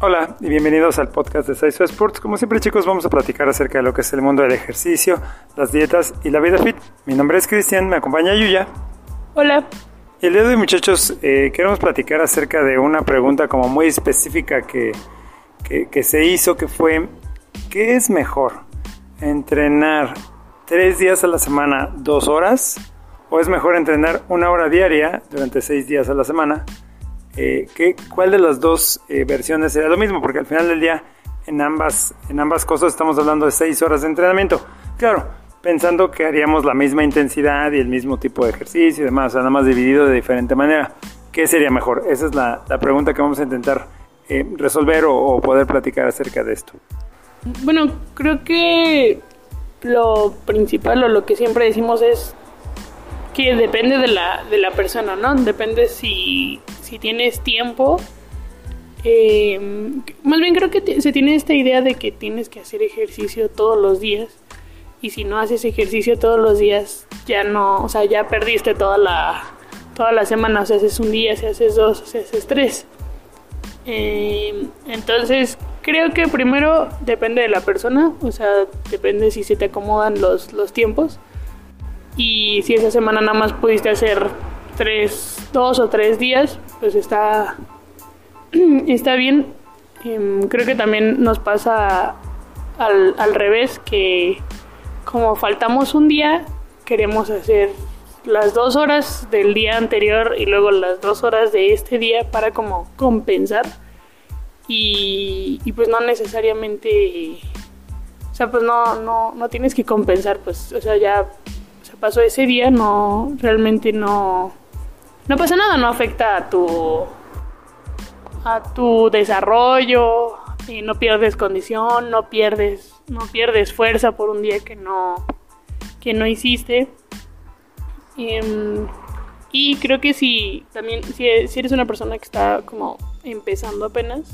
Hola y bienvenidos al podcast de Saizo Sports. Como siempre, chicos, vamos a platicar acerca de lo que es el mundo del ejercicio, las dietas y la vida fit. Mi nombre es Cristian, me acompaña Yuya. Hola. Y el día de hoy, muchachos, queremos platicar acerca de una pregunta como muy específica que se hizo, que fue: ¿qué es mejor? ¿Entrenar 3 días a la semana, 2 horas? ¿O es mejor entrenar 1 hora diaria durante 6 días a la semana? ¿Cuál de las dos versiones sería lo mismo? Porque al final del día en ambas cosas estamos hablando de 6 horas de entrenamiento. Claro, pensando que haríamos la misma intensidad y el mismo tipo de ejercicio y demás, o sea, nada más dividido de diferente manera. ¿Qué sería mejor? Esa es la pregunta que vamos a intentar resolver o poder platicar acerca de esto. Bueno, creo que lo principal o lo que siempre decimos es que depende de la persona, ¿no? Depende si tienes tiempo. Más bien creo que se tiene esta idea de que tienes que hacer ejercicio todos los días. Y si no haces ejercicio todos los días, ya no, o sea, ya perdiste toda la semana. O sea, haces un día, si haces 2, si haces 3. Entonces, creo que primero depende de la persona. O sea, depende si se te acomodan los tiempos. Y si esa semana nada más pudiste hacer 2 o 3 días, pues está bien. Creo que también nos pasa al revés, que como faltamos un día, queremos hacer las 2 horas del día anterior y luego las 2 horas de este día para como compensar. Y pues no necesariamente, o sea, pues no tienes que compensar, pues, o sea, ya se pasó ese día, realmente no pasa nada, no afecta a tu desarrollo, y no pierdes condición, no pierdes fuerza por un día que no hiciste. Y creo que si eres una persona que está como empezando apenas,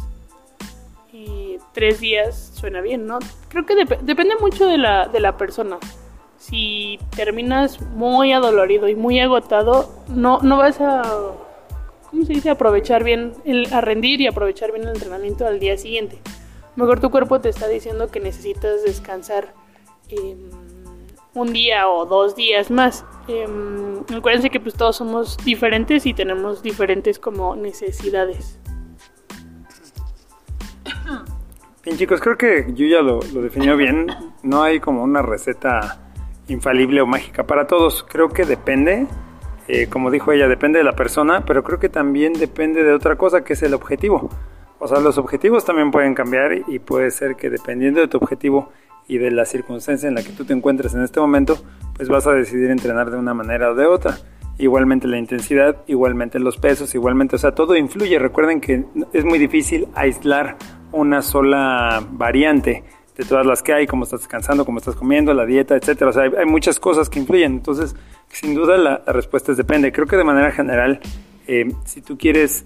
3 días suena bien, ¿no? Creo que depende mucho de la persona. Si terminas muy adolorido y muy agotado, no vas a, ¿cómo se dice? Aprovechar bien, a rendir y aprovechar bien el entrenamiento al día siguiente. Mejor tu cuerpo te está diciendo que necesitas descansar un día o 2 días más. Acuérdense que pues todos somos diferentes y tenemos diferentes como necesidades. Bien, chicos, creo que Yuya lo definió bien. No hay como una receta infalible o mágica para todos. Creo que depende, como dijo ella, depende de la persona, pero creo que también depende de otra cosa, que es el objetivo. O sea, los objetivos también pueden cambiar y puede ser que dependiendo de tu objetivo y de la circunstancia en la que tú te encuentres en este momento, pues vas a decidir entrenar de una manera o de otra. Igualmente la intensidad, igualmente los pesos, igualmente, o sea, todo influye. Recuerden que es muy difícil aislar una sola variante de todas las que hay, cómo estás descansando, cómo estás comiendo, la dieta, etcétera. O sea, hay muchas cosas que influyen. Entonces, sin duda la respuesta es depende. Creo que de manera general, si tú quieres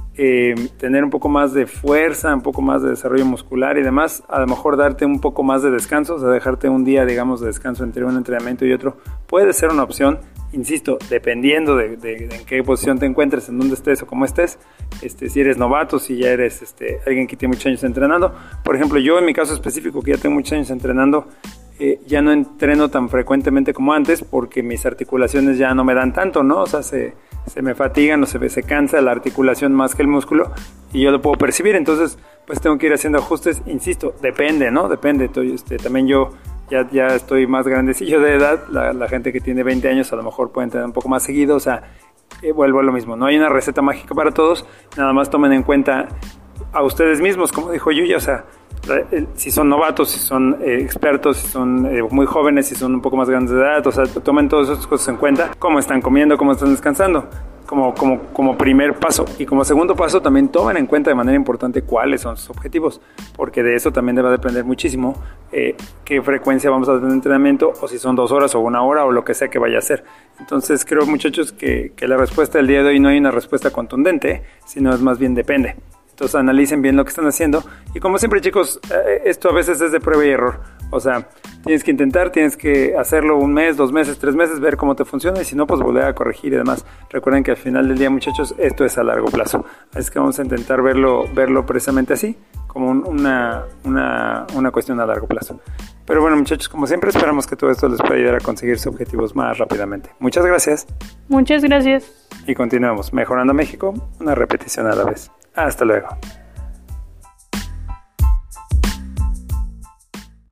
tener un poco más de fuerza, un poco más de desarrollo muscular y demás, a lo mejor darte un poco más de descanso, o sea, dejarte un día, digamos, de descanso entre un entrenamiento y otro, puede ser una opción. Insisto, dependiendo de en qué posición te encuentres, en dónde estés o cómo estés, si eres novato, si ya eres alguien que tiene muchos años entrenando. Por ejemplo, yo en mi caso específico, que ya tengo muchos años entrenando, ya no entreno tan frecuentemente como antes porque mis articulaciones ya no me dan tanto, ¿no? O sea, se me fatigan o se cansa la articulación más que el músculo y yo lo puedo percibir. Entonces, pues tengo que ir haciendo ajustes. Insisto, depende, ¿no? Depende. También yo ya estoy más grandecillo de edad. La gente que tiene 20 años a lo mejor puede entrenar un poco más seguido. O sea, vuelvo a lo mismo. No hay una receta mágica para todos. Nada más tomen en cuenta a ustedes mismos, como dijo Yuya. O sea, si son novatos, si son expertos, si son muy jóvenes, si son un poco más grandes de edad. O sea, tomen todas esas cosas en cuenta. Cómo están comiendo, cómo están descansando. Como primer paso. Y como segundo paso, también tomen en cuenta de manera importante cuáles son sus objetivos, porque de eso también debe depender muchísimo qué frecuencia vamos a tener entrenamiento, o si son 2 horas o 1 hora o lo que sea que vaya a ser. Entonces creo, muchachos, que la respuesta del día de hoy no hay una respuesta contundente, sino es más bien depende. Entonces analicen bien lo que están haciendo. Y como siempre, chicos, esto a veces es de prueba y error. O sea, tienes que intentar, tienes que hacerlo 1 mes, 2 meses, 3 meses, ver cómo te funciona y si no, pues volver a corregir y demás. Recuerden que al final del día, muchachos, esto es a largo plazo. Así que vamos a intentar verlo precisamente así. como una cuestión a largo plazo. Pero bueno, muchachos, como siempre, esperamos que todo esto les pueda ayudar a conseguir sus objetivos más rápidamente. Muchas gracias. Muchas gracias. Y continuamos mejorando México, una repetición a la vez. Hasta luego.